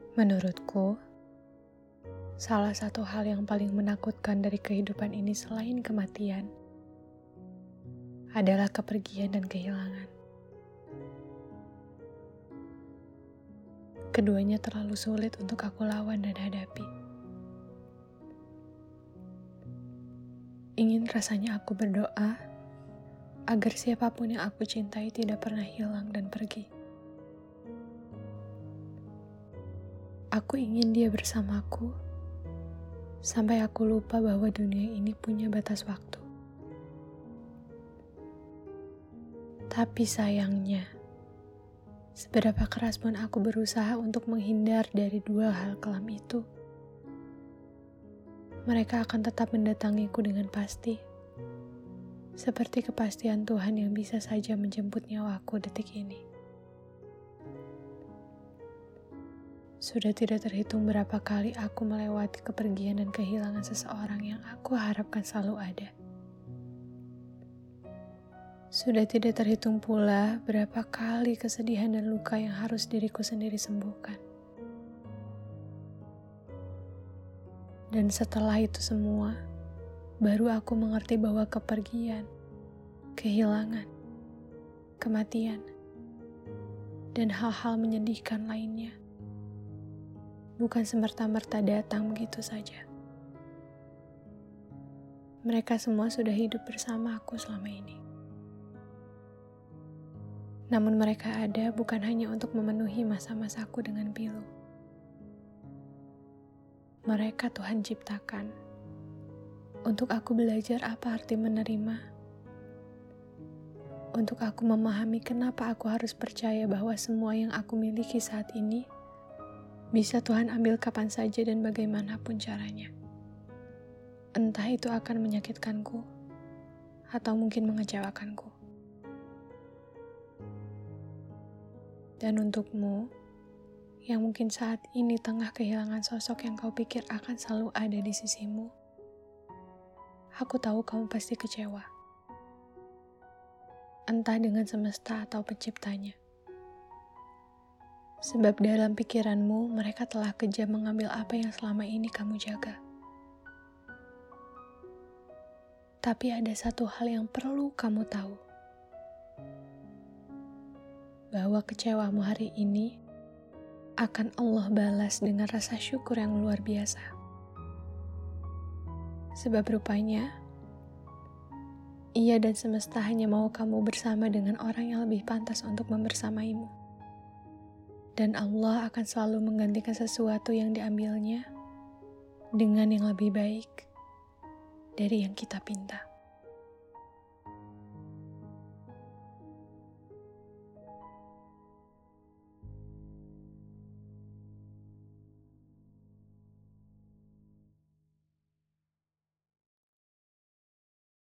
Menurutku, salah satu hal yang paling menakutkan dari kehidupan ini selain kematian adalah kepergian dan kehilangan. Keduanya terlalu sulit untuk aku lawan dan hadapi. Ingin rasanya aku berdoa agar siapapun yang aku cintai tidak pernah hilang dan pergi. Aku ingin dia bersamaku sampai aku lupa bahwa dunia ini punya batas waktu. Tapi sayangnya, seberapa keras pun aku berusaha untuk menghindar dari dua hal kelam itu, mereka akan tetap mendatangiku dengan pasti, seperti kepastian Tuhan yang bisa saja menjemput nyawaku detik ini. Sudah tidak terhitung berapa kali aku melewati kepergian dan kehilangan seseorang yang aku harapkan selalu ada. Sudah tidak terhitung pula berapa kali kesedihan dan luka yang harus diriku sendiri sembuhkan. Dan setelah itu semua, baru aku mengerti bahwa kepergian, kehilangan, kematian, dan hal-hal menyedihkan lainnya bukan semerta-merta datang begitu saja. Mereka semua sudah hidup bersama aku selama ini. Namun mereka ada bukan hanya untuk memenuhi masa-masaku dengan pilu. Mereka Tuhan ciptakan untuk aku belajar apa arti menerima, untuk aku memahami kenapa aku harus percaya bahwa semua yang aku miliki saat ini bisa Tuhan ambil kapan saja dan bagaimanapun caranya. Entah itu akan menyakitkanku atau mungkin mengecewakanku. Dan untukmu, yang mungkin saat ini tengah kehilangan sosok yang kau pikir akan selalu ada di sisimu, aku tahu kamu pasti kecewa. Entah dengan semesta atau penciptanya. Sebab dalam pikiranmu, mereka telah kejam mengambil apa yang selama ini kamu jaga. Tapi ada satu hal yang perlu kamu tahu. Bahwa kecewamu hari ini akan Allah balas dengan rasa syukur yang luar biasa. Sebab rupanya, Ia dan semesta hanya mau kamu bersama dengan orang yang lebih pantas untuk membersamaimu. Dan Allah akan selalu menggantikan sesuatu yang diambilnya dengan yang lebih baik dari yang kita pinta.